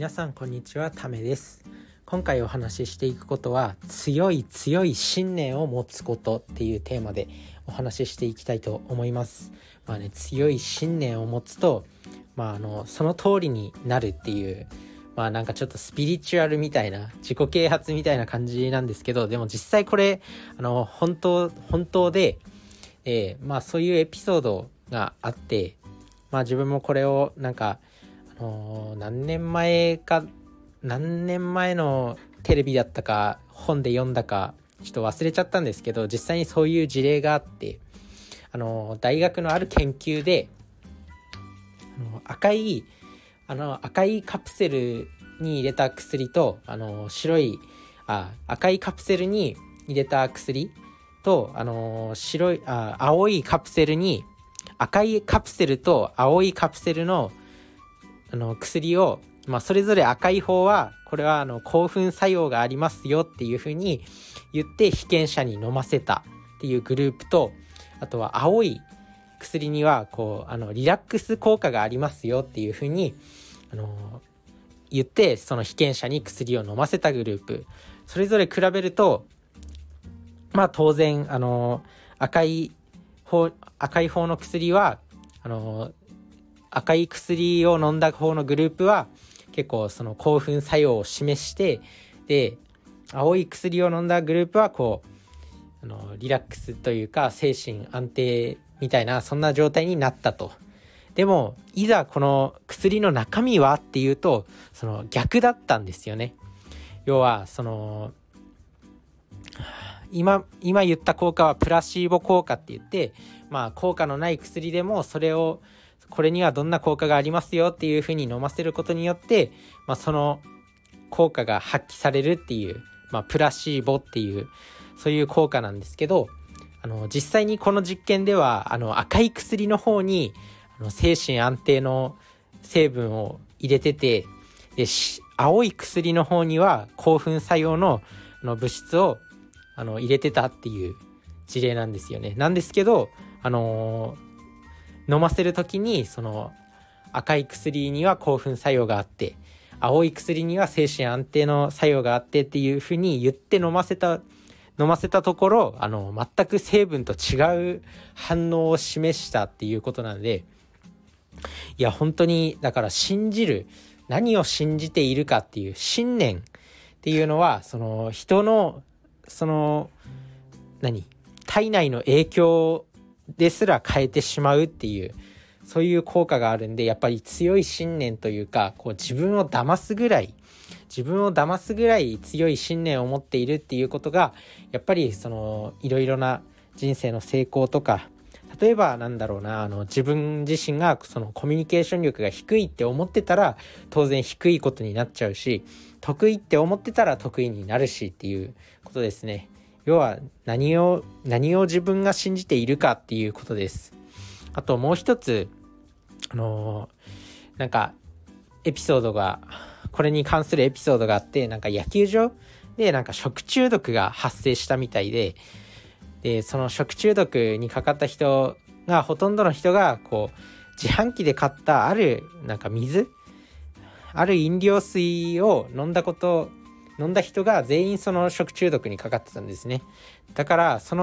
皆さんこんにちは、ためです。今回お話ししていくことは強い信念を持つことっていうテーマでお話ししていきたいと思います。強い信念を持つと、その通りになるっていう、なんかちょっとスピリチュアルみたいな自己啓発みたいな感じなんですけど、でも実際これ本当で、そういうエピソードがあって、自分もこれを何年前のテレビだったか本で読んだかちょっと忘れちゃったんですけど、実際にそういう事例があって、大学のある研究で赤いカプセルに入れた薬と赤いカプセルに入れた薬と青いカプセルに赤いカプセルと青いカプセルの薬を、それぞれ赤い方はこれは興奮作用がありますよっていう風に言って被験者に飲ませたっていうグループと、あとは青い薬にはリラックス効果がありますよっていう風に言ってその被験者に薬を飲ませたグループ、それぞれ比べると当然赤い方の薬は赤い薬を飲んだ方のグループは結構その興奮作用を示して、で青い薬を飲んだグループはリラックスというか精神安定みたいなそんな状態になったと。でもいざこの薬の中身はっていうとその逆だったんですよね。要は今言った効果はプラシーボ効果って言って、効果のない薬でもこれにはどんな効果がありますよっていう風に飲ませることによって、その効果が発揮されるっていう、プラシーボっていうそういう効果なんですけど、実際にこの実験では赤い薬の方に精神安定の成分を入れてて、で青い薬の方には興奮作用の物質を入れてたっていう事例なんですよね。なんですけど飲ませるときにその赤い薬には興奮作用があって青い薬には精神安定の作用があってっていうふうに言って飲ませたところ全く成分と違う反応を示したっていうことなので、いや本当にだから何を信じているかっていう信念っていうのはその人の体内の影響ですら変えてしまうっていうそういう効果があるんで、やっぱり強い信念というか自分を騙すぐらい強い信念を持っているっていうことがやっぱりいろいろな人生の成功とか、例えば自分自身がコミュニケーション力が低いって思ってたら当然低いことになっちゃうし、得意って思ってたら得意になるしっていうことですね。要は何を自分が信じているかっていうことです。あともう一つこれに関するエピソードがあって、野球場で食中毒が発生したみたいで、その食中毒にかかった人がほとんどの人が自販機で買ったある飲料水を飲んだ人が全員その食中毒にかかってたんですね。だからそ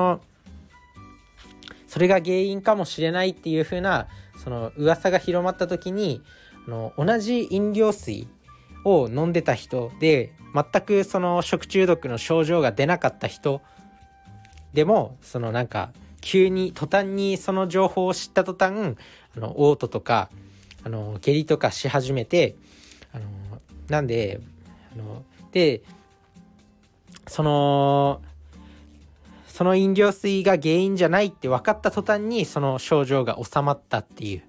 れが原因かもしれないっていう風なその噂が広まった時に同じ飲料水を飲んでた人で全くその食中毒の症状が出なかった人でも急に途端にその情報を知った途端嘔吐とか下痢とかし始めてその飲料水が原因じゃないって分かった途端にその症状が収まったっていう、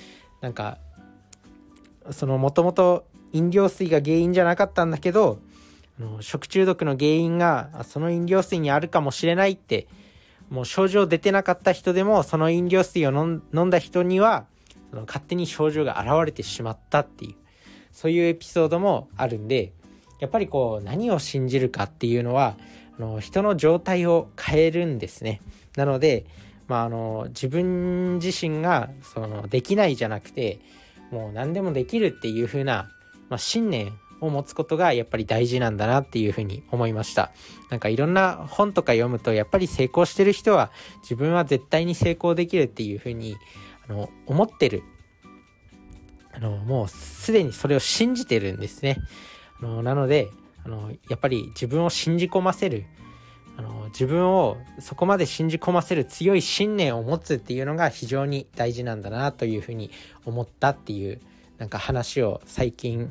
もともと飲料水が原因じゃなかったんだけど食中毒の原因がその飲料水にあるかもしれないって、もう症状出てなかった人でもその飲料水を飲んだ人には勝手に症状が現れてしまったっていう、そういうエピソードもあるんで、やっぱり何を信じるかっていうのは人の状態を変えるんですね。なので、自分自身ができないじゃなくてもう何でもできるっていう風な、信念を持つことがやっぱり大事なんだなっていうふうに思いました。なんかいろんな本とか読むと、やっぱり成功してる人は自分は絶対に成功できるっていうふうに思ってる、もうすでにそれを信じてるんですね。なのでやっぱり自分を信じ込ませる、自分をそこまで信じ込ませる強い信念を持つっていうのが非常に大事なんだなというふうに思ったっていうなんか話を最近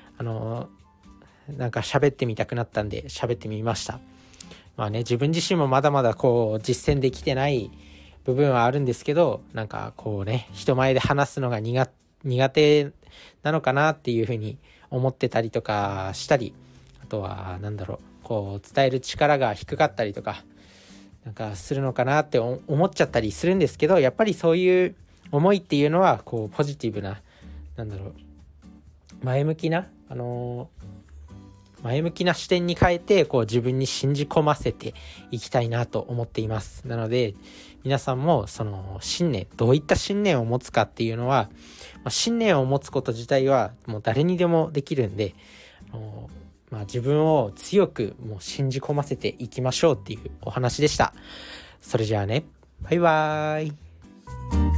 なんか喋ってみたくなったんで喋ってみました。まあね、自分自身もまだまだこう実践できてない部分はあるんですけど、なんかこうね、人前で話すのが苦手なのかなっていうふうに思ってたりとかしたり、あとはこう伝える力が低かったりとかなんかするのかなって思っちゃったりするんですけど、やっぱりそういう思いっていうのはこうポジティブな前向きな視点に変えてこう自分に信じ込ませていきたいなと思っています。なので皆さんもその信念、どういった信念を持つかっていうのは、信念を持つこと自体はもう誰にでもできるんで、自分を強くもう信じ込ませていきましょうっていうお話でした。それじゃあね、バイバーイ。